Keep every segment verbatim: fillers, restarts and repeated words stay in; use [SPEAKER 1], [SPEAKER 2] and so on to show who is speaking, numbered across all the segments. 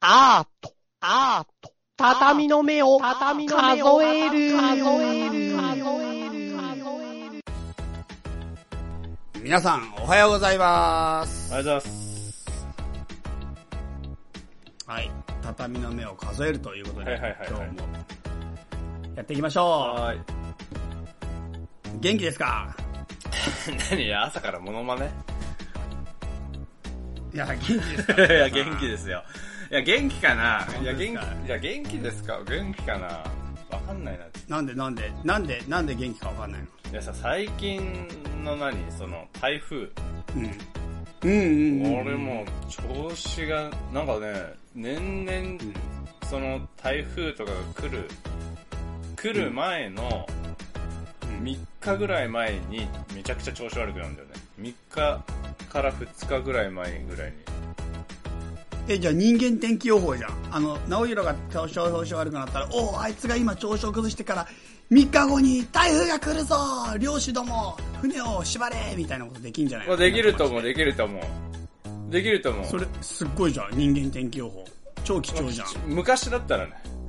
[SPEAKER 1] アート、アート、畳の目を数える、数える、
[SPEAKER 2] 皆さん、おはようございます。
[SPEAKER 3] おはようございます。
[SPEAKER 2] はい。畳の目を数えるということで、
[SPEAKER 3] はいはいはいはい、
[SPEAKER 2] 今日もやっていきましょう。
[SPEAKER 3] はい。
[SPEAKER 2] 元気ですか？
[SPEAKER 3] 何や、朝からモノマネ？
[SPEAKER 2] いや、元気ですか？
[SPEAKER 3] いや、元気ですよ。いや、元気かな？いや、元気、いや、元気ですか？元気かな？わかんないな。
[SPEAKER 2] なんでなんでなんでなんで元気かわかんないの？
[SPEAKER 3] いやさ、最近の何その、台風。うん。
[SPEAKER 2] うんうんうん。
[SPEAKER 3] 俺もう、調子が、なんかね、年々、うん、その、台風とかが来る、来る前の、みっかぐらい前に、めちゃくちゃ調子悪くなるんだよね。みっかからふつかぐらい前ぐらいに。
[SPEAKER 2] え、じゃあ人間天気予報じゃん。あの、直弘が調子悪くなったら、おお、あいつが今調子を崩してから、みっかごに台風が来るぞ、漁師ども、船を縛れみたいなことできんじゃないの？
[SPEAKER 3] できると思う、できると思う。できると思う。
[SPEAKER 2] それ、すっごいじゃん、人間天気予報。超貴重じゃん。
[SPEAKER 3] 昔だったらね。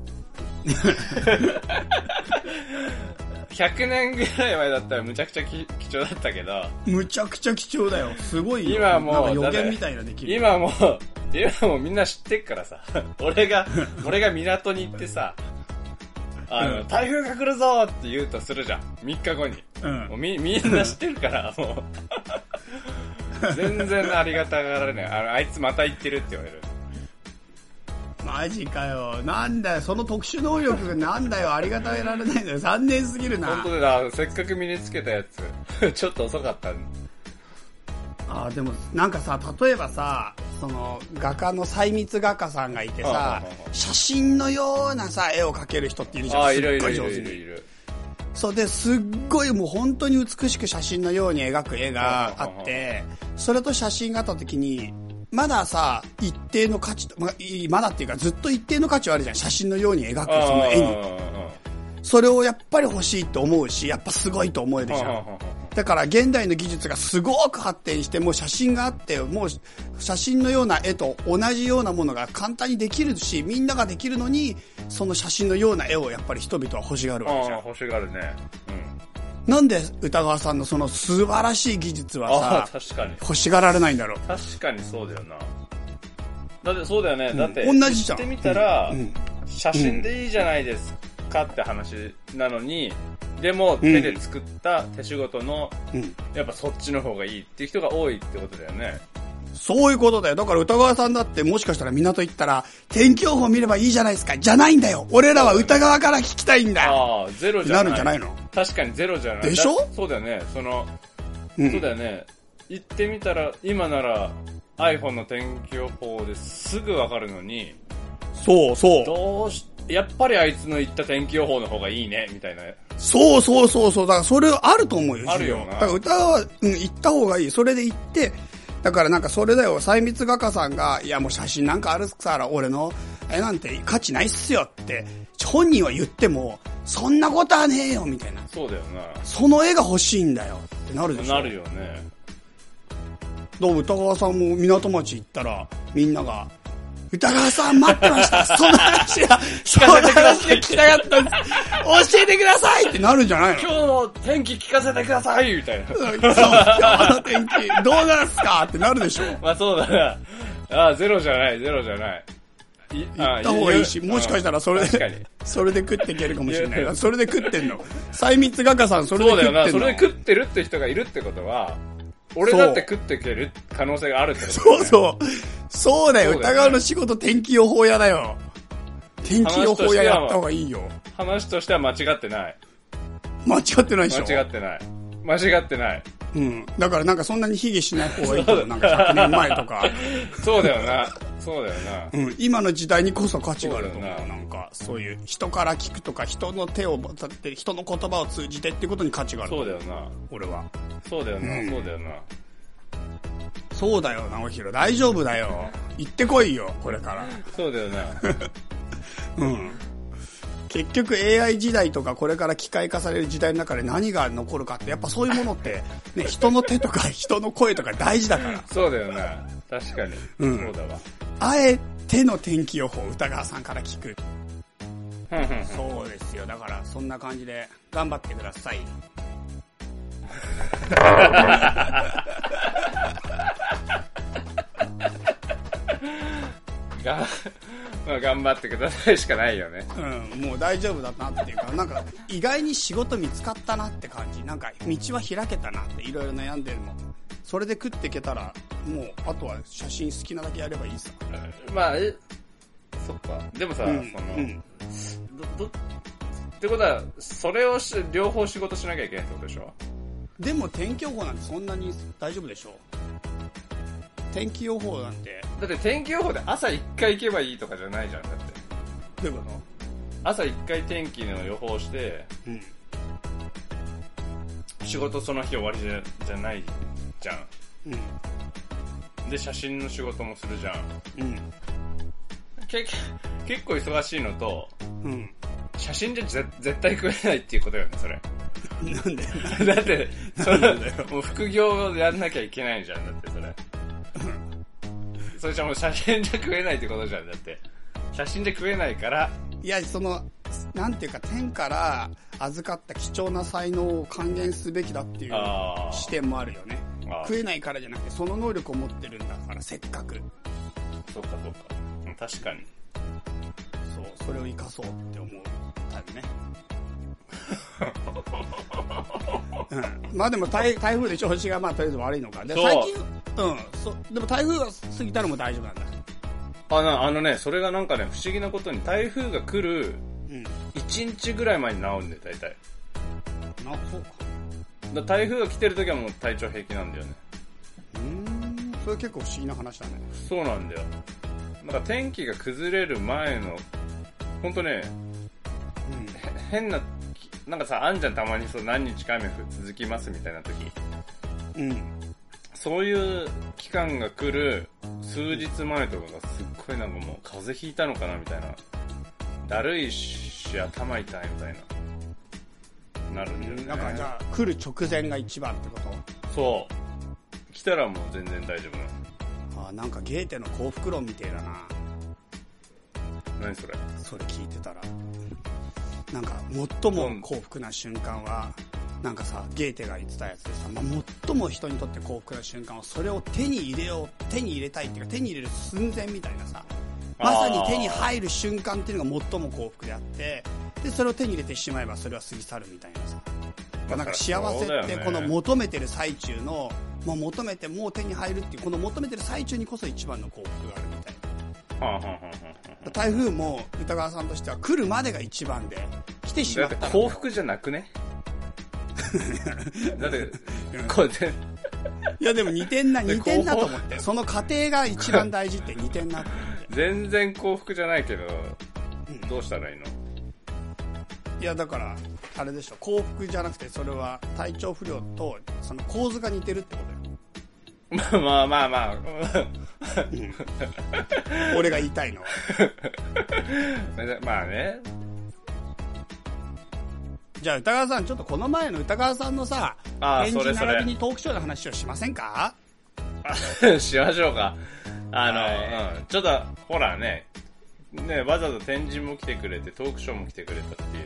[SPEAKER 3] ひゃくねんぐらい前だったらむちゃくちゃ貴重だったけど。
[SPEAKER 2] むちゃくちゃ貴重だよ。すごいよ。
[SPEAKER 3] 今もう、
[SPEAKER 2] なんか予言みたいなできる。
[SPEAKER 3] 今もう、今もうみんな知ってっからさ。俺が、俺が港に行ってさ、あの、うん、台風が来るぞって言うとするじゃん。みっかごに。うん。もうみ、みんな知ってるから、もう。全然ありがたがられない。あの、あいつまた行ってるって言われる。
[SPEAKER 2] マジかよ。なんだよ、その特殊能力がなんだよ、ありがたがられないんだよ。残念すぎるな。
[SPEAKER 3] 本当だ、せっかく身につけたやつ。ちょっと遅かった。
[SPEAKER 2] ああ、でも、なんかさ、例えばさ、その、画家の細密画家さんがいてさ、ああああ写真のようなさ、絵を描ける人っているじゃん。
[SPEAKER 3] ああ、いるいるいるいるいる。
[SPEAKER 2] そうで、すっごいもう本当に美しく写真のように描く絵があって、それと写真があった時に、まださ、一定の価値と、ま、まだっていうかずっと一定の価値はあるじゃん。写真のように描くその絵に。それをやっぱり欲しいと思うし、やっぱすごいと思えるじゃん。だから現代の技術がすごく発展して、もう写真があって、もう写真のような絵と同じようなものが簡単にできるし、みんなができるのに、その写真のような絵をやっぱり人々は欲しがるわけじゃん。
[SPEAKER 3] ああ、欲しがるね。
[SPEAKER 2] うん。なんで歌川さんのその素晴らしい技術はさ、
[SPEAKER 3] 確かに
[SPEAKER 2] 欲しがられないんだろう。
[SPEAKER 3] 確かにそうだよな。だってそうだよね。うん、だって、
[SPEAKER 2] 同じじゃん。
[SPEAKER 3] 言ってみたら、うんうん、写真でいいじゃないですかって話なのに、でも手で作った手仕事の、うん、やっぱそっちの方がいいっていう人が多いってことだよね。
[SPEAKER 2] そういうことだよ。だから歌川さんだってもしかしたら港行ったら天気予報見ればいいじゃないですか。じゃないんだよ。俺らは歌川から聞きたいんだよ。
[SPEAKER 3] ああ、ゼロじゃない。
[SPEAKER 2] なるんじゃないの？
[SPEAKER 3] 確かにゼロじゃない。
[SPEAKER 2] でしょ？
[SPEAKER 3] そうだよね。その、うん、そうだよね。行ってみたら、今なら iPhone の天気予報ですぐわかるのに。
[SPEAKER 2] そうそう。
[SPEAKER 3] どうし、やっぱりあいつの言った天気予報の方がいいね、みたいな。
[SPEAKER 2] そうそうそうそう。だからそれあると思うよ。
[SPEAKER 3] あるよな。
[SPEAKER 2] だから歌は、うん、行った方がいい。それで行って、だからなんかそれだよ。細密画家さんが、いやもう写真なんかあるから、俺の絵なんて価値ないっすよって、本人は言っても、そんなことはねえよ、みたいな。
[SPEAKER 3] そうだよな。
[SPEAKER 2] その絵が欲しいんだよってなるでしょ。
[SPEAKER 3] なるよね。
[SPEAKER 2] どう歌川さんも港町行ったら、みんなが、歌川さん待ってましたその話が、その話が聞きたかったんです教えてくださいってなるんじゃないの？
[SPEAKER 3] 今日の天気聞かせてくださいみたいな。
[SPEAKER 2] そう、今日の天気、どうなんすかってなるでしょ。
[SPEAKER 3] まあそうだな。ああ、ゼロじゃない、ゼロじゃない。
[SPEAKER 2] 行った方がいいし、もしかしたらそれで、それで食っていけるかもしれない。それで食ってんの。細密画家さんそれで食ってんの。
[SPEAKER 3] そうだよな、それで食ってるって人がいるってことは、俺だって食っていける可能性があるってことだよね。
[SPEAKER 2] そうそう。そうだよ。歌川の仕事天気予報屋だよ。天気予報屋やった方がいいよ。
[SPEAKER 3] 話としては間違ってない。
[SPEAKER 2] 間違ってないでしょ。
[SPEAKER 3] 間違ってない。間違ってない。
[SPEAKER 2] うん。だからなんかそんなに卑下しない方がいいと思う。なんかひゃくねんまえとか。
[SPEAKER 3] そうだよな。そうだよな。
[SPEAKER 2] うん。今の時代にこそ価値があると思う。なんかそういう人から聞くとか人の手を立って人の言葉を通じてってことに価値があると思う。
[SPEAKER 3] そうだよな。
[SPEAKER 2] 俺は。
[SPEAKER 3] そうだよな。うん、そうだよな。
[SPEAKER 2] そうだよ、直弘。大丈夫だよ。行ってこいよ、これから。
[SPEAKER 3] そうだよな。
[SPEAKER 2] うん。結局 エーアイ 時代とかこれから機械化される時代の中で何が残るかって、やっぱそういうものって、ね、人の手とか人の声とか大事だから。
[SPEAKER 3] そうだよな。確かに。うん。そうだわ。
[SPEAKER 2] あえての天気予報を歌川さんから聞く。そうですよ。だからそんな感じで頑張ってください。
[SPEAKER 3] が、まあ、頑張ってくださいしかないよね。
[SPEAKER 2] うん、もう大丈夫だなっていうか、なんか意外に仕事見つかったなって感じ。なんか道は開けたなって、いろいろ悩んでるの。それで食っていけたら、もうあとは写真好きなだけやればいいさ。
[SPEAKER 3] まあ、え、そっか。でもさ、うん、その、うん、ど、ど、ってことは、それをし、両方仕事しなきゃいけないってことでしょ？
[SPEAKER 2] でも天気予報なんてそんなに大丈夫でしょ？天気予報なんて。
[SPEAKER 3] だって天気予報で朝一回行けばいいとかじゃないじゃん、だって。
[SPEAKER 2] どういうこと？
[SPEAKER 3] 朝一回天気の予報して、うん、仕事その日終わりじゃ、じゃないじゃん。うん。で、写真の仕事もするじゃん。うん。け、結構忙しいのと、うん。写真じゃぜ絶対食えないっていうことよね、それ。
[SPEAKER 2] なんで
[SPEAKER 3] だって、それ、もう副業をやんなきゃいけないじゃん、だってそれ。それじゃもう写真じゃ食えないってことじゃん、だって。写真で食えないから。
[SPEAKER 2] いや、その、なんていうか、天から預かった貴重な才能を還元すべきだっていう視点もあるよね。食えないからじゃなくて、その能力を持ってるんだから、せっかく。
[SPEAKER 3] そうか、そうか。確かに。
[SPEAKER 2] そう、それを生かそうって思うタイプね。うん、まあでも 台, 台風で調子がまあとりあえず悪いのか。で最近、うん、そでも台風が過ぎたらもう大丈夫なんだ。
[SPEAKER 3] あなあのね、それがなんかね、不思議なことに台風が来るいちにちぐらい前に治るんだよ、大体。
[SPEAKER 2] な、そうか。
[SPEAKER 3] だ台風が来てる時はもう体調平気なんだよね。
[SPEAKER 2] うーん、それ結構不思議な話だね。
[SPEAKER 3] そうなんだよ。なんか天気が崩れる前の、ほんとね、うん、変な、なんかさ、あんじゃんたまにそう何日か雨続きますみたいな時。うん。そういう期間が来る数日前とかがすっごいなんかもう風邪ひいたのかなみたいな。だるいし頭痛いみたいな。なるんだよね。
[SPEAKER 2] なんかじゃあ来る直前が一番ってこと？
[SPEAKER 3] そう。来たらもう全然大丈夫な
[SPEAKER 2] の。あ、なんかゲーテの幸福論みてえだな。
[SPEAKER 3] 何それ？
[SPEAKER 2] それ聞いてたら。なんか最も幸福な瞬間は、なんかさ、ゲーテが言ってたやつでさ、まあ、最も人にとって幸福な瞬間はそれを手に入れよう、手に入れたいっていうか手に入れる寸前みたいなさ、まさに手に入る瞬間っていうのが最も幸福であって、でそれを手に入れてしまえばそれは過ぎ去るみたいなさ、なんか幸せってこの求めてる最中の、まあ、求めてもう手に入るっていうこの求めてる最中にこそ一番の幸福があるみたいな。台風も歌川さんとしては来るまでが一番で、来てしまったら
[SPEAKER 3] 幸福じゃなくねだってこうやって
[SPEAKER 2] いやでも似てんな似てんなと思って、その過程が一番大事って似てんなって
[SPEAKER 3] 全然幸福じゃないけど、うん、どうしたらいいの？
[SPEAKER 2] いやだからあれでしょ、幸福じゃなくてそれは体調不良とその構図が似てるってことよ。
[SPEAKER 3] まあまあまあまあ、
[SPEAKER 2] うん、俺が言いたいのは
[SPEAKER 3] まあね。
[SPEAKER 2] じゃあ歌川さん、ちょっとこの前の歌川さんのさ、返事並びにトークショーの話をしませんか？
[SPEAKER 3] しましょうか。あの、うん、ちょっとほらね、ね、わざわざ展示も来てくれてトークショーも来てくれたっていう。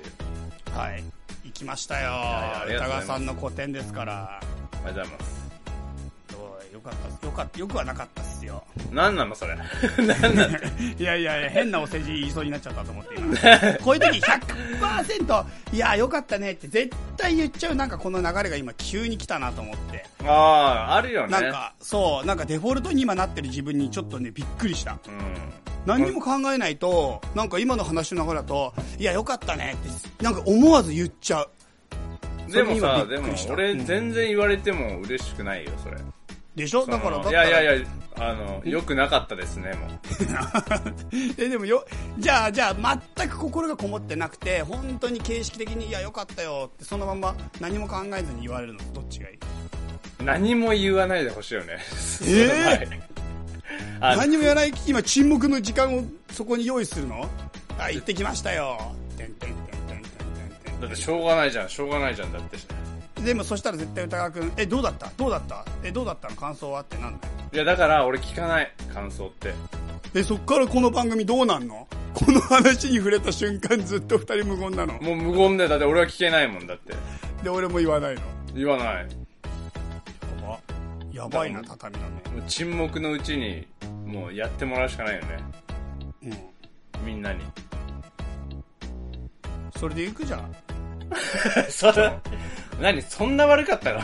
[SPEAKER 2] はい、行きましたよ。歌川さんの個展ですから。
[SPEAKER 3] ありがとうございます。
[SPEAKER 2] よかったよかったよくはなかったっすよ。
[SPEAKER 3] なんなのそれなんなの
[SPEAKER 2] いやいやいや、変なお世辞言いそうになっちゃったと思って今こういう時 ひゃくパーセント いやよかったねって絶対言っちゃう、なんかこの流れが今急に来たなと思って。
[SPEAKER 3] ああ、あるよね。
[SPEAKER 2] なんかそう、なんかデフォルトに今なってる自分にちょっとねびっくりした、うん、何にも考えないと、なんか今の話の流れだといやよかったねってなんか思わず言っちゃう。
[SPEAKER 3] でもさ、でも俺全然言われても嬉しくないよそれ
[SPEAKER 2] でしょ。だからだった
[SPEAKER 3] らいやいやいや、あの良くなかったですねもう
[SPEAKER 2] えでもよ、じゃあじゃあ全く心がこもってなくて本当に形式的にいや良かったよってそのまま何も考えずに言われるのどっちがいい？
[SPEAKER 3] 何も言わないでほしいよね。
[SPEAKER 2] えー、何も言わない、今沈黙の時間をそこに用意するの？あ、行ってきましたよ。てんてんてんてんてんてん。
[SPEAKER 3] だってしょうがないじゃん、しょうがないじゃんだって。
[SPEAKER 2] でもそしたら絶対歌川くん、えどうだったどうだったえどうだったの感想はってなんだよ。
[SPEAKER 3] いやだから俺聞かない感想って。
[SPEAKER 2] え、そっからこの番組どうなんの？この話に触れた瞬間ずっと二人無言なの？
[SPEAKER 3] もう無言で、だって俺は聞けないもんだって。
[SPEAKER 2] で、俺も言わないの？
[SPEAKER 3] 言わない。
[SPEAKER 2] やば。やばいな、畳だね。
[SPEAKER 3] もう沈黙のうちに、もうやってもらうしかないよね。うん。みんなに。
[SPEAKER 2] それで行くじゃん。
[SPEAKER 3] それ、何そんな悪かったの？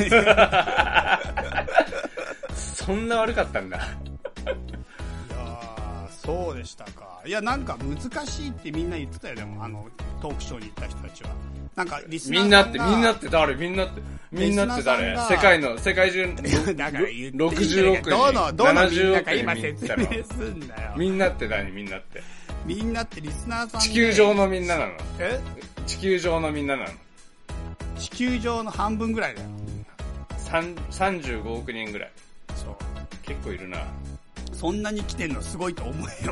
[SPEAKER 3] そんな悪かったんだ。い
[SPEAKER 2] やー、そうでしたか。いや、なんか難しいってみんな言ってたよ、でも、あの、トークショーに行った人たちは。なんか、リスナーさんが。
[SPEAKER 3] みんなって、みんなって誰？みんなって、みんなって誰？世界の、世界中、
[SPEAKER 2] だから言って
[SPEAKER 3] ろくじゅうおく人。
[SPEAKER 2] どの、どのみんなか
[SPEAKER 3] 今
[SPEAKER 2] 今説明すんだよ。
[SPEAKER 3] みんなって何？みんなって。
[SPEAKER 2] みんなってリスナーさんで。
[SPEAKER 3] 地球上のみんななの？
[SPEAKER 2] え？
[SPEAKER 3] 地球上のみんななの？
[SPEAKER 2] 地球上の半分ぐらいだよ。
[SPEAKER 3] さんじゅうごおくにんぐらい。
[SPEAKER 2] そう。
[SPEAKER 3] 結構いるな。
[SPEAKER 2] そんなに来てんのすごいと思えよ。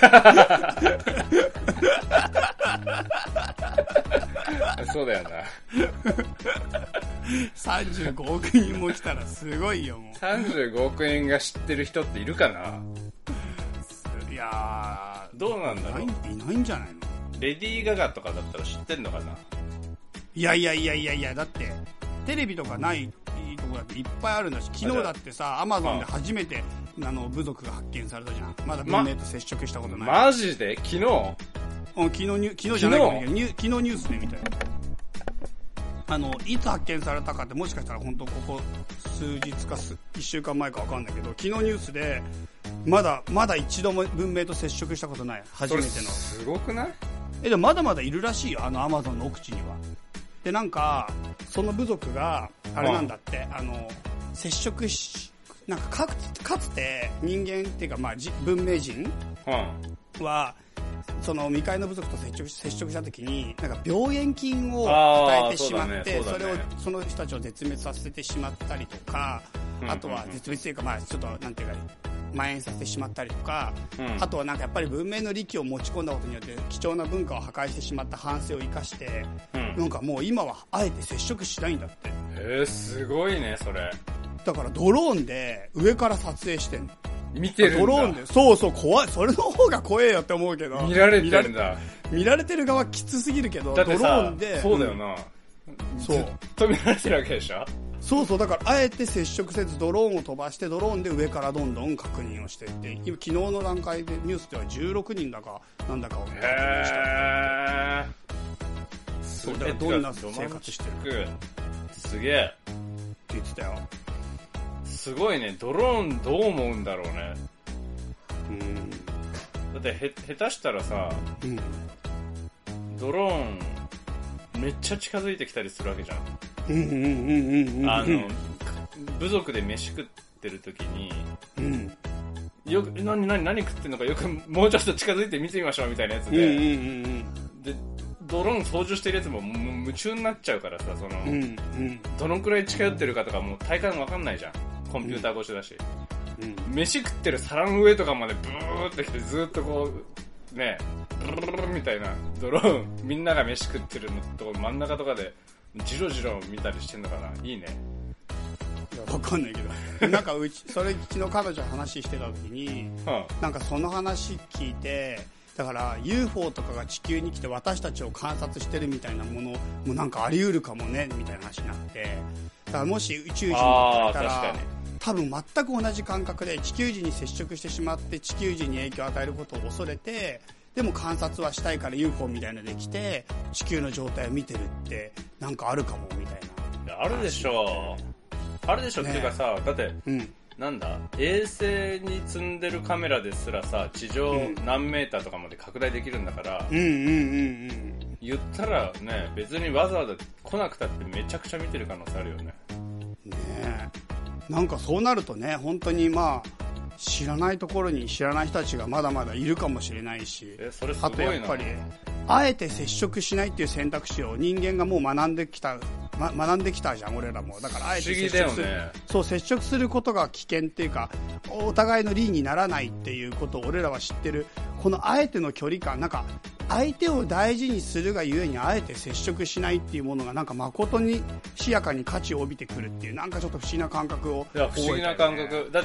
[SPEAKER 3] そうだよな。
[SPEAKER 2] さんじゅうごおくにんも来たらすごいよ、もう。
[SPEAKER 3] さんじゅうごおくにんが知ってる人っているかな？
[SPEAKER 2] いやー、
[SPEAKER 3] どうなんだろう。
[SPEAKER 2] いない、いないんじゃないの？
[SPEAKER 3] レディー・ガガとかだったら知ってんのかな？
[SPEAKER 2] いやいやいやいやいや、だって、テレビとかないとこだっていっぱいあるんだし、昨日だってさ、アマゾンで初めて、あの、部族が発見されたじゃん。まだ文明と接触したことない。
[SPEAKER 3] ま、マジで？昨日？うん、
[SPEAKER 2] 昨日ニュ、昨日じゃないかもけど、昨日ニュースで見たよ。あの、いつ発見されたかってもしかしたら本当ここ数日かすいっしゅうかんまえかわかんないけど、昨日ニュースで、まだ、まだ一度も文明と接触したことない。初めての。
[SPEAKER 3] すごくない？
[SPEAKER 2] え、でもまだまだいるらしいよ、あのアマゾンの奥地には。で、なんか、その部族が、あれなんだって、あの、接触し、なんかかつ、かつて人間っていうか、まあ、文明人は、その未開の部族と接触接触したときに、なんか病原菌を与えてしまって、それを、その人たちを絶滅させてしまったりとか、あとは絶滅というか、まあ、ちょっと、なんていうか、蔓延させてしまったりとか、うん、あとはなんかやっぱり文明の利器を持ち込んだことによって貴重な文化を破壊してしまった反省を生かして、うん、なんかもう今はあえて接触しないんだって。
[SPEAKER 3] へー、すごいねそれ。
[SPEAKER 2] だからドローンで上から撮影してんの。
[SPEAKER 3] 見てるんだ。
[SPEAKER 2] ドローンで、そうそう、怖い。それの方が怖えよって思うけど。
[SPEAKER 3] 見られてるんだ。
[SPEAKER 2] 見られてる側きつすぎるけど、
[SPEAKER 3] だってさ、
[SPEAKER 2] ドローンで。
[SPEAKER 3] そうだよな。うん、そう。ずっと見られてるわけでしょ。
[SPEAKER 2] そうそう、だからあえて接触せずドローンを飛ばしてドローンで上からどんどん確認をしていって、今昨日の段階でニュースではじゅうろくにんだかなんだかを確認した。
[SPEAKER 3] へー。
[SPEAKER 2] そうだ、どんな生活してる？
[SPEAKER 3] すげえ。って
[SPEAKER 2] 言ってたよ。
[SPEAKER 3] すごいね。ドローンどう思うんだろうね。
[SPEAKER 2] うん。
[SPEAKER 3] だってへ下手したらさ、うん、ドローンめっちゃ近づいてきたりするわけじゃん。
[SPEAKER 2] うんうんうんうんうん。
[SPEAKER 3] あの部族で飯食ってる時に、うん、よく何何何食ってんのかよくもうちょっと近づいて見てみましょうみたいなやつで、うんうんうんうん、でドローン操縦してるやつももう夢中になっちゃうからさ、その、うんうん、どのくらい近寄ってるかとかもう体感わかんないじゃん。コンピューター越しだし、うん、飯食ってる皿の上とかまでブーってきてずっとこうねブルルルルみたいなドローンみんなが飯食ってるのと真ん中とかでジロジロ見たりしてんのかな。いいね。
[SPEAKER 2] いやわかんないけどなんかうちそれうちの彼女話してた時に、はあ、なんかその話聞いて、だから ユーフォー とかが地球に来て私たちを観察してるみたいなものもなんかあり得るかもねみたいな話になって、だからもし宇宙人がいたら多分全く同じ感覚で地球人に接触してしまって地球人に影響を与えることを恐れて、でも観察はしたいから ユーフォー みたいなので来て地球の状態を見てるってなんかあるかもみたいな。
[SPEAKER 3] あるでしょう。あるでしょ、ね、っていうかさ、だって、うん、なんだ衛星に積んでるカメラですらさ地上何メーターとかまで拡大できるんだから、うんうんうんうん、言ったらね別にわざわざ来なくたってめちゃくちゃ見てる可能性あるよね。
[SPEAKER 2] ねえ、なんかそうなるとね本当にまあ知らないところに知らない人たちがまだまだいるかもしれないし、
[SPEAKER 3] えそれすごいな。あとやっぱり
[SPEAKER 2] あえて接触しないっていう選択肢を人間がもう学んできた、ま、学んできたじゃん俺らも。だからあえて接触する、ね、そう接触することが危険っていうかお互いの利にならないっていうことを俺らは知ってる。このあえての距離感、なんか相手を大事にするがゆえにあえて接触しないっていうものがなんか誠にしやかに価値を帯びてくるっていうなんかちょっと不思議な感覚を
[SPEAKER 3] 覚えたよね。いや不思議な感覚だって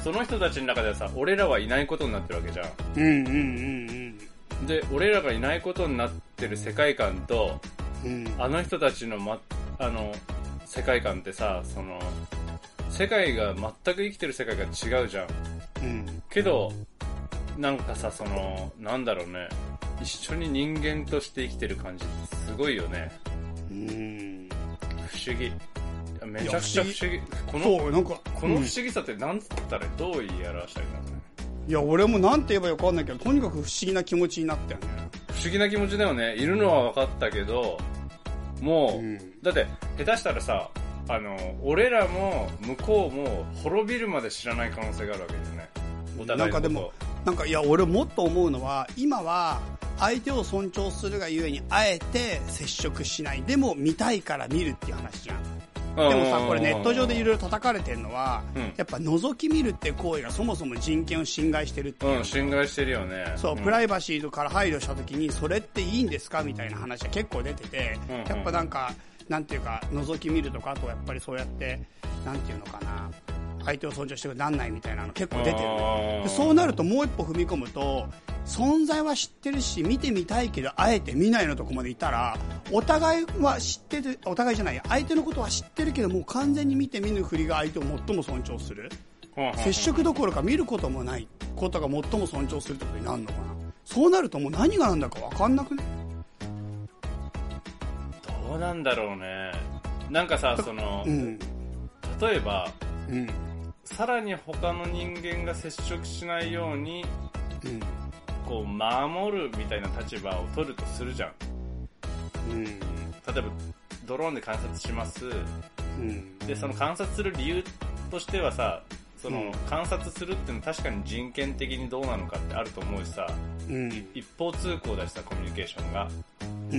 [SPEAKER 3] その人たちの中ではさ、俺らはいないことになってるわけじゃん。
[SPEAKER 2] うんうんうん
[SPEAKER 3] うん。で、俺らがいないことになってる世界観と、
[SPEAKER 2] うん、
[SPEAKER 3] あの人たちのま、あの、世界観ってさ、その、世界が全く生きてる世界が違うじゃん。
[SPEAKER 2] うん。け
[SPEAKER 3] ど、なんかさ、その、なんだろうね。一緒に人間として生きてる感じってすごいよね。
[SPEAKER 2] うーん。
[SPEAKER 3] 不思議。めちゃくちゃ不思議。この、
[SPEAKER 2] そう、なんか、
[SPEAKER 3] この不思議さってなんつったらどう言い表したらいいんだろうね。
[SPEAKER 2] いや、俺もなんて言えばよくわかんないけど、とにかく不思議な気持ちになったよね。
[SPEAKER 3] 不思議な気持ちだよね。いるのは分かったけど、もう、うん、だって、下手したらさ、あの、俺らも向こうも滅びるまで知らない可能性があるわけですね。お互いのこと。なんかでも、
[SPEAKER 2] なんかいや、俺もっと思うのは、今は相手を尊重するがゆえに、あえて接触しない。でも見たいから見るっていう話じゃん。でもさ、これネット上でいろいろ叩かれてるのは、うん、やっぱ覗き見るって行為がそもそも人権を侵害してるっていう。
[SPEAKER 3] うん、侵害してるよね。
[SPEAKER 2] そう、うん、プライバシーから配慮した時に、それっていいんですかみたいな話が結構出てて、うんうん、やっぱなんか、なんていうか、覗き見るとか、あとやっぱりそうやって、なんていうのかな、相手を尊重してくなんないみたいなの結構出てるね。でそうなるともう一歩踏み込むと、存在は知ってるし、見てみたいけど、あえて見ないのとこまでいたら、お互いは知ってる、お互いじゃない、相手のことは知ってるけど、もう完全に見て見ぬふりが相手を最も尊重する。接触どころか見ることもないことが最も尊重するってことになるのかな。そうなるともう何が何だか分かんなくね。
[SPEAKER 3] どうなんだろうね。なんかさ、その、うん、例えば、うん、さらに他の人間が接触しないように、うん、こう守るみたいな立場を取るとするじゃん。うん、例えばドローンで観察します。うん、でその観察する理由としてはさ、その、うん、観察するっていうのは確かに人権的にどうなのかってあると思うしさ、うん、一方通行だしさコミュニケーションが。うん、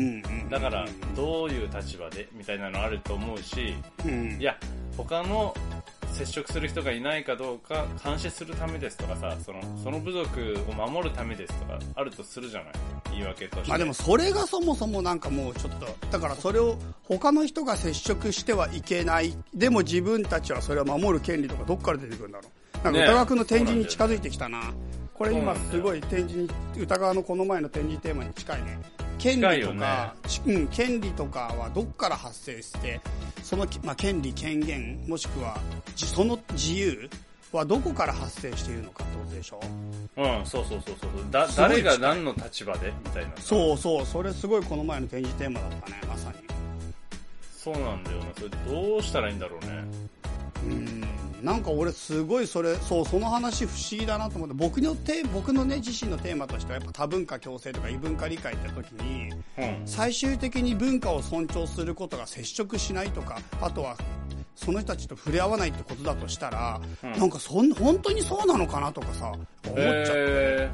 [SPEAKER 3] だからどういう立場でみたいなのあると思うし、うん、いや他の接触する人がいないかどうか監視するためですとかさ、そのその部族を守るためですとかあるとするじゃない、言い訳として。
[SPEAKER 2] まあでもそれがそもそもなんかもうちょっと、だからそれを他の人が接触してはいけない、でも自分たちはそれを守る権利とかどっから出てくるんだろう。なんか歌川くんの展示に近づいてきたな、ね、これ今すごい展示に、歌川のこの前の展示テーマに近いね。権利とか、ね、うん、権利とかはどっから発生して、その、まあ、権利、権限、もしくはその自由はどこから発生しているのかってことでしょ。
[SPEAKER 3] うん、そうそうそうそう。だ誰が何の立場でみたいな。
[SPEAKER 2] そうそう、それすごいこの前の展示テーマだったね、まさに。
[SPEAKER 3] そうなんだよね。それどうしたらいいんだろうね。
[SPEAKER 2] うん、なんか俺すごいそれ、そうその話不思議だなと思って、僕のテ僕のね自身のテーマとしてはやっぱ多文化共生とか異文化理解って時に、うん、最終的に文化を尊重することが接触しないとか、あとはその人たちと触れ合わないってことだとしたら、うん、なんかそん本当にそうなのかなとかさ思っちゃって、え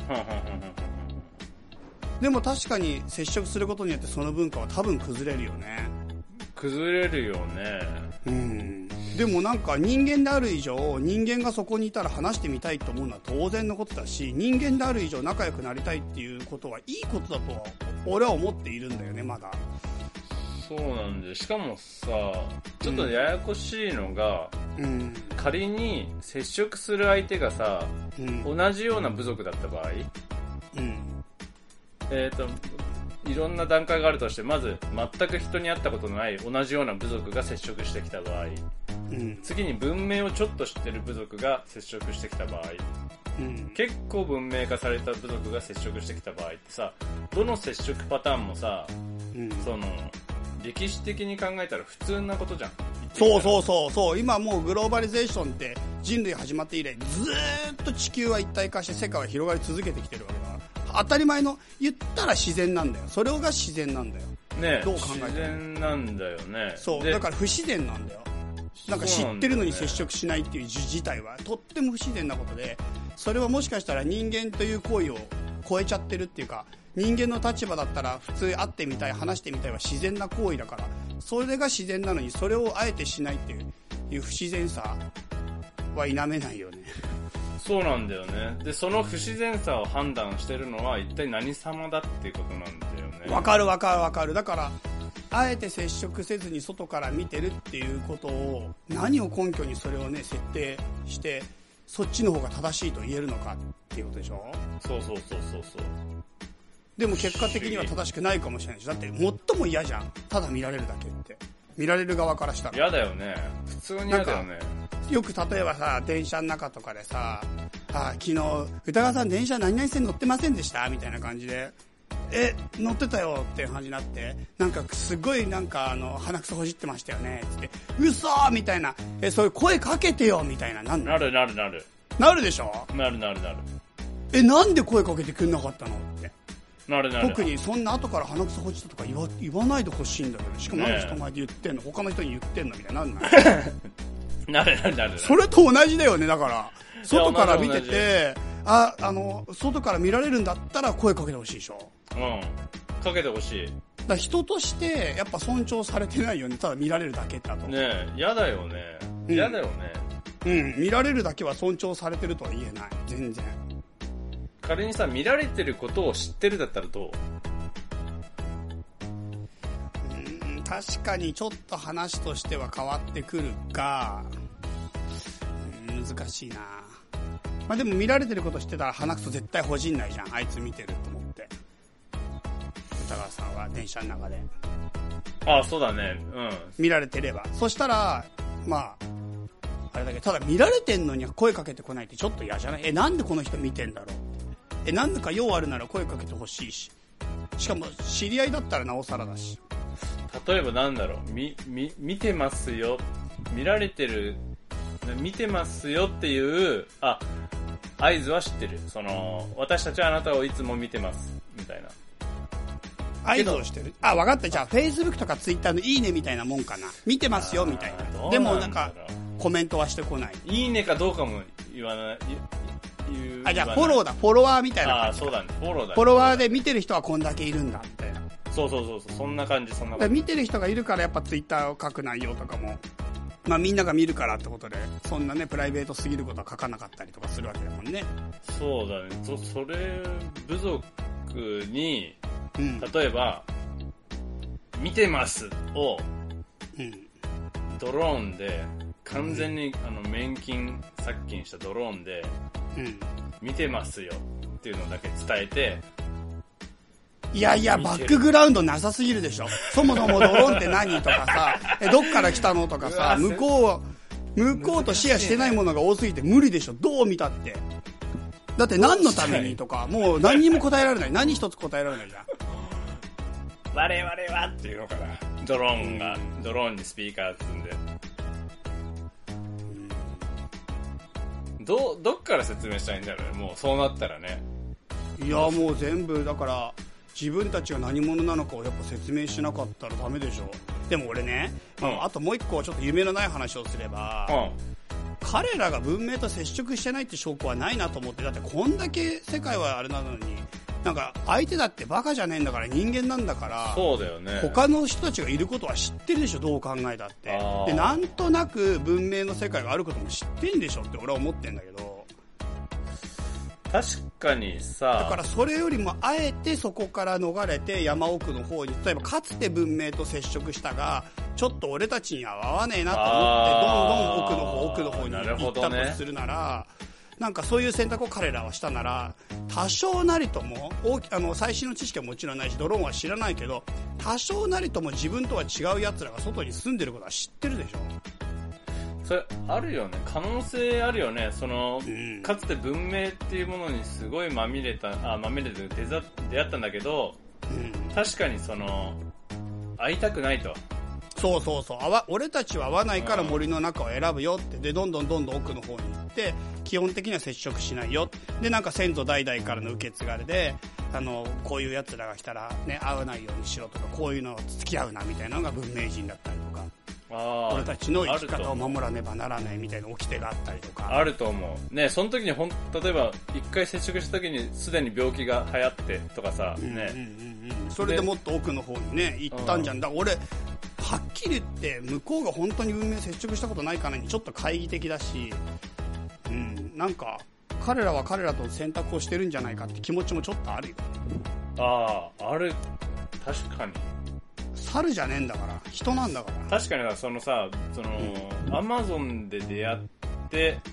[SPEAKER 2] ー、でも確かに接触することによってその文化は多分崩れるよね。
[SPEAKER 3] 崩れるよね。
[SPEAKER 2] うん。でもなんか人間である以上、人間がそこにいたら話してみたいと思うのは当然のことだし、人間である以上仲良くなりたいっていうことはいいことだとは俺は思っているんだよね、まだ。
[SPEAKER 3] そうなんで、しかもさ、ちょっとややこしいのが、うん、仮に接触する相手がさ、うん、同じような部族だった場合、うん、えっと、いろんな段階があるとして、まず全く人に会ったことのない同じような部族が接触してきた場合、うん、次に文明をちょっと知ってる部族が接触してきた場合、うん、結構文明化された部族が接触してきた場合ってさ、どの接触パターンもさ、うん、その歴史的に考えたら普通なことじゃん。
[SPEAKER 2] そうそうそうそう。今もうグローバリゼーションって人類始まって以来ずーっと地球は一体化して世界は広がり続けてきてるわけだから、当たり前の言ったら自然なんだよ。それが自然なんだよ。
[SPEAKER 3] ねえ、どう考えても自然なんだよね。
[SPEAKER 2] そうだから不自然なんだよ。なんか知ってるのに接触しないっていう自体はとっても不自然なことで、それはもしかしたら人間という行為を超えちゃってるっていうか、人間の立場だったら普通会ってみたい、話してみたいは自然な行為だから、それが自然なのにそれをあえてしないっていう、いう不自然さは否めないよね。
[SPEAKER 3] そうなんだよね。で、その不自然さを判断してるのは一体何様だっていうことなんだよね。
[SPEAKER 2] わかるわかるわかる。だからあえて接触せずに外から見てるっていうことを、何を根拠にそれをね設定してそっちの方が正しいと言えるのかっていうことでしょ。
[SPEAKER 3] そうそうそうそうそう。
[SPEAKER 2] でも結果的には正しくないかもしれないし、だって最も嫌じゃん、ただ見られるだけって。見られる側からしたら
[SPEAKER 3] 嫌だよね。普通に嫌だよね。
[SPEAKER 2] よく例えばさ、電車の中とかでさ、あ、昨日歌川さん電車何々線乗ってませんでしたみたいな感じで、え、乗ってたよっていう感じになって、なんかすごいなんかあの鼻くそほじってましたよねつって、嘘みたいな、え、そういう声かけてよみたいな、なん
[SPEAKER 3] なるなるなる
[SPEAKER 2] なるでしょ。
[SPEAKER 3] なるなるなる。
[SPEAKER 2] え、なんで声かけてくんなかったのって。
[SPEAKER 3] なるなる。
[SPEAKER 2] 特にそんな後から鼻くそほじったとか言わ言わないでほしいんだけど、しかもなんで人前で言ってんの、他の人に言ってんのみたいな、なんない
[SPEAKER 3] なるなるなる。
[SPEAKER 2] それと同じだよね。だから外から見てて、あ、あの外から見られるんだったら声かけてほしいでしょ。
[SPEAKER 3] うん、かけてほしい。
[SPEAKER 2] だ人としてやっぱ尊重されてないよね。ただ見られるだけだと
[SPEAKER 3] ねえ、嫌だよね。嫌だよね。
[SPEAKER 2] うん、見られるだけは尊重されてるとは言えない。全然。
[SPEAKER 3] 仮にさ、見られてることを知ってるだったらどう？
[SPEAKER 2] うん、確かにちょっと話としては変わってくるが、うん、難しいな。まあでも見られてること知ってたら鼻くそ絶対ほじんないじゃん。あいつ見てると思って。歌川さんは電車の中で。
[SPEAKER 3] ああ、そうだね。うん。
[SPEAKER 2] 見られてれば。そしたら、まあ、あれだけど、ただ見られてんのに声かけてこないってちょっと嫌じゃない？え、なんでこの人見てんだろう？え、なんでか用あるなら声かけてほしいし。しかも知り合いだったらなおさらだし。
[SPEAKER 3] 例えばなんだろう、み、み、見てますよ。見られてる、見てますよっていう、あ、合図は知ってる。その、私たちはあなたをいつも見てます。みたいな。
[SPEAKER 2] 合図をしてる。あ、分かった。じゃあ Facebook とか Twitter のいいねみたいなもんかな。見てますよみたいな。でもなんかコメントはしてこない。
[SPEAKER 3] いいねかどうかも言わない。
[SPEAKER 2] 言うあ、じゃあフォローだ。フォロワーみたいな感じ。
[SPEAKER 3] あ、そうだね。フォローだ、ね。
[SPEAKER 2] フォロワーで見てる人はこんだけいるんだみたいな。
[SPEAKER 3] そうそうそうそう。そんな感じ、そんな感じ。
[SPEAKER 2] 見てる人がいるからやっぱ Twitter を書く内容とかも、まあみんなが見るからってことで、そんなねプライベートすぎることは書かなかったりとかするわけだもんね。
[SPEAKER 3] そうだね。そ、それ、部族に、
[SPEAKER 2] うん、
[SPEAKER 3] 例えば、見てますを、
[SPEAKER 2] うん、
[SPEAKER 3] ドローンで、完全に、うん、あの、免金殺菌したドローンで、
[SPEAKER 2] うん、
[SPEAKER 3] 見てますよっていうのだけ伝えて、
[SPEAKER 2] いやいや、バックグラウンドなさすぎるでしょ。そもそもドローンって何とかさ、え、どっから来たのとかさ、向こう、向こうとシェアしてないものが多すぎて無理でしょ。どう見たって。だって何のためにとか、もう何にも答えられない。何一つ答えられないじゃん。
[SPEAKER 3] 我々はっていうのかな。ドローンが、ドローンにスピーカー積んで。ど、どっから説明したらいいんだろうね。もうそうなったらね。
[SPEAKER 2] いや、もう全部、だから、自分たちが何者なのかをやっぱ説明しなかったらダメでしょ。でも俺ね、うん、あともう一個ちょっと夢のない話をすれば、うん、彼らが文明と接触してないって証拠はないなと思って。だってこんだけ世界はあれなのに、なんか相手だってバカじゃねえんだから、人間なんだから、
[SPEAKER 3] そうだよね。
[SPEAKER 2] 他の人たちがいることは知ってるでしょ。どう考えたって。で、なんとなく文明の世界があることも知ってんでしょって俺は思ってんだけど。
[SPEAKER 3] 確かにさ、
[SPEAKER 2] だからそれよりもあえてそこから逃れて山奥の方に、例えばかつて文明と接触したがちょっと俺たちには合わねえなと思ってどんどん奥の方奥の方に行ったとするなら、なんかそういう選択を彼らはしたなら、多少なりとも大きあの最新の知識はもちろんないしドローンは知らないけど、多少なりとも自分とは違う奴らが外に住んでることは知ってるでしょ。
[SPEAKER 3] それあるよね。可能性あるよね。その、
[SPEAKER 2] うん、
[SPEAKER 3] かつて文明っていうものにすごいまみれた、あ、まみれて出ざ出会ったんだけど、
[SPEAKER 2] うん、
[SPEAKER 3] 確かにその会いたくないと。
[SPEAKER 2] そうそうそう。あわ俺たちは会わないから森の中を選ぶよって。でどんどんどんどん奥の方に行って基本的には接触しないよ。でなんか先祖代々からの受け継がれで、あのこういうやつらが来たらね会わないようにしろとか、こういうの付き合うなみたいなのが文明人だったりとか。
[SPEAKER 3] あ、
[SPEAKER 2] 俺たちの生き方を守らねばならないみたいな掟があったりとか
[SPEAKER 3] あると思うね。その時にほん例えば一回接触した時にすでに病気が流行ってとかさ、ね、うんうん
[SPEAKER 2] うんうん、それでもっと奥の方にね行ったんじゃん。だから俺はっきり言って向こうが本当に文明接触したことないかなにちょっと懐疑的だし、うん、なんか彼らは彼らと選択をしてるんじゃないかって気持ちもちょっとあるよ。
[SPEAKER 3] ああ、ある。確かに
[SPEAKER 2] 猿じゃねえんだから人なんだから。
[SPEAKER 3] 確かにそのさ、その、うん、アマゾンで出会って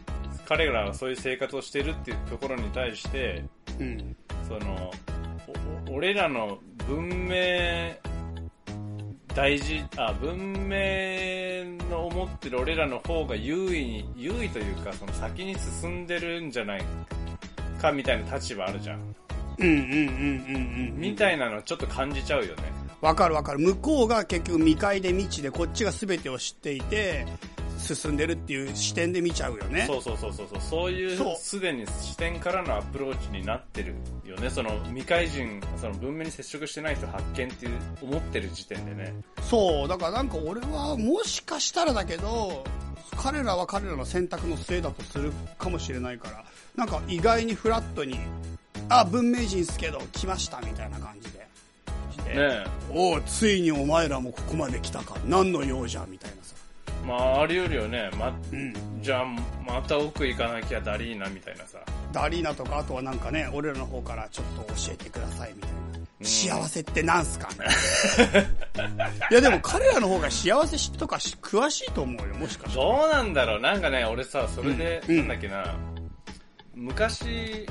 [SPEAKER 3] 彼らはそういう生活をしてるっていうところに対して、うん、その俺らの文明大事あ文明の思ってる俺らの方が優位に優位というかその先に進んでるんじゃないかみたいな立場あるじゃん。
[SPEAKER 2] うんうんうんうんうん
[SPEAKER 3] みたいなのちょっと感じちゃうよね。
[SPEAKER 2] わかるわかる。向こうが結局未開で未知でこっちが全てを知っていて進んでるっていう視点で見ちゃうよね。
[SPEAKER 3] そうそうそうそうそう。そういうすでに視点からのアプローチになってるよね。その未開人、その文明に接触してない人発見っていう思ってる時点でね。
[SPEAKER 2] そうだからなんか俺はもしかしたらだけど彼らは彼らの選択のせいだとするかもしれないからなんか意外にフラットにあ文明人っすけど来ましたみたいな感じでして、ね、おおついにお前らもここまで来たか何の用じゃみたいなさ。
[SPEAKER 3] まああり得るよね、まうん、じゃあまた奥行かなきゃダリーナみたいなさ。
[SPEAKER 2] ダリーナとかあとはなんかね俺らの方からちょっと教えてくださいみたいな、うん、幸せってなんすかいやでも彼らの方が幸せとか詳しいと思うよもしかして。
[SPEAKER 3] どうなんだろう。なんかね俺さそれで、うん、なんだっけな昔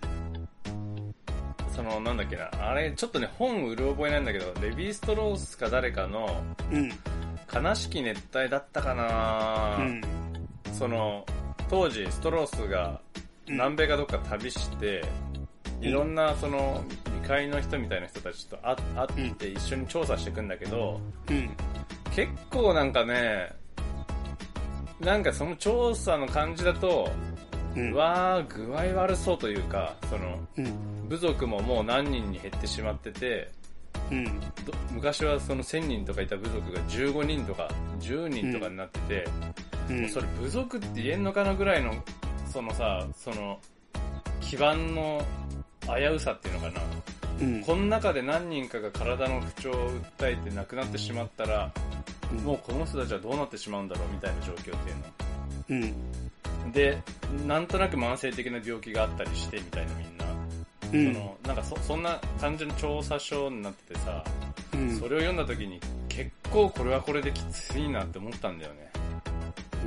[SPEAKER 3] そのなんだっけなあれちょっとね本売る覚えなんだけどレヴィ・ストロースか誰かの、うん悲しき熱帯だったかな、うん、その当時ストロースが南米かどっか旅して、うん、いろんなその未開の人みたいな人たちと会って一緒に調査していくんだけど、うん、結構なんかねなんかその調査の感じだと、うん、わー具合悪そうというかその、うん、部族ももう何人に減ってしまっててうん、昔はそのせんにんとかいた部族がじゅうごにんとかじゅうにんとかになってて、うん、もうそれ部族って言えんのかなぐらいのそのさその基盤の危うさっていうのかな、うん、この中で何人かが体の不調を訴えて亡くなってしまったら、うん、もうこの人たちはどうなってしまうんだろうみたいな状況っていうの、うん、でなんとなく慢性的な病気があったりしてみたいなみんなそのなんか そ, そんな感じの調査書になっててさ、うん、それを読んだ時に結構これはこれできついなって思ったんだよね。うん、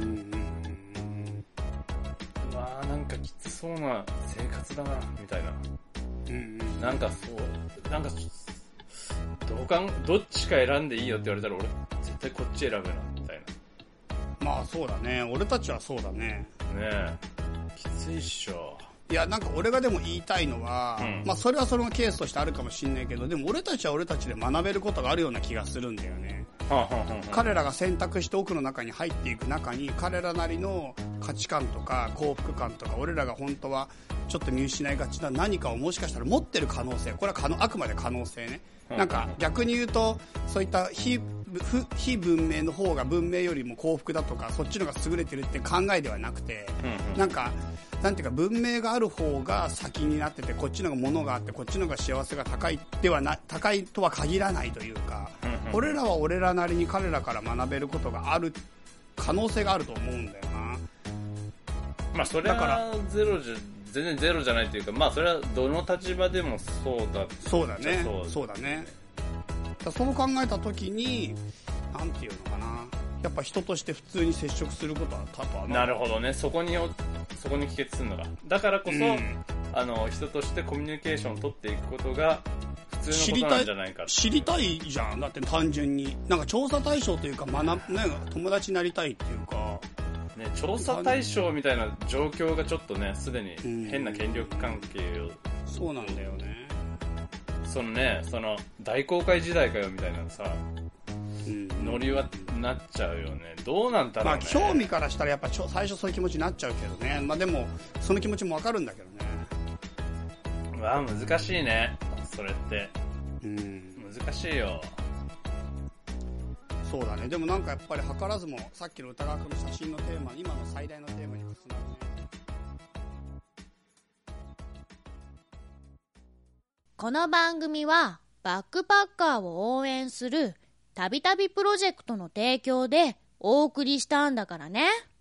[SPEAKER 3] うわーなんかきつそうな生活だなみたいな、うん、なんかそうなんかどうかんどっちか選んでいいよって言われたら俺絶対こっち選ぶなみたい
[SPEAKER 2] な。まあそうだね俺たちはそうだね。ね
[SPEAKER 3] えきついっしょ。
[SPEAKER 2] いやなんか俺がでも言いたいのは、うん、まあそれはそのケースとしてあるかもしんないけどでも俺たちは俺たちで学べることがあるような気がするんだよね、はあはあはあ、彼らが選択して奥の中に入っていく中に彼らなりの価値観とか幸福感とか俺らが本当はちょっと見失いがちな何かをもしかしたら持ってる可能性これは可能あくまで可能性ね、はあ、なんか逆に言うとそういった非非文明の方が文明よりも幸福だとかそっちの方が優れてるって考えではなくて、うんうん、なんかなんていうか文明がある方が先になっててこっちの方が物があってこっちの方が幸せが高いではな高いとは限らないというか、うんうん、俺らは俺らなりに彼らから学べることがある可能性があると思うんだよな。
[SPEAKER 3] まあそれはゼロじゃ全然ゼロじゃないというかまあそれはどの立場でもそうだ
[SPEAKER 2] そうだねそうだね。だそう考えた時になんていうのかなやっぱ人として普通に接触することは多々ある。
[SPEAKER 3] なるほどねそこにそこに帰結するのがだからこそ、うん、あの人としてコミュニケーションを取っていくことが普通のことなんじゃないか
[SPEAKER 2] 知りたいじゃんだって単純になんか調査対象というか学、ね、友達になりたいっていうか、
[SPEAKER 3] ね、調査対象みたいな状況がちょっとねすでに変な権力関係を、うん、
[SPEAKER 2] そうなんだよね
[SPEAKER 3] そのねその大航海時代かよみたいなさ、うん、ノリはなっちゃうよね。どうなんだろうね。
[SPEAKER 2] まあ興味からしたらやっぱちょ最初そういう気持ちになっちゃうけどね。まあでもその気持ちもわかるんだけど
[SPEAKER 3] ね。わあ難しいねそれって。うん難しいよ。
[SPEAKER 2] そうだね。でもなんかやっぱり図らずもさっきの歌川君の写真のテーマ今の最大のテーマに重なるね。
[SPEAKER 4] この番組はバックパッカーを応援するたびたびプロジェクトの提供でお送りしたんだからね。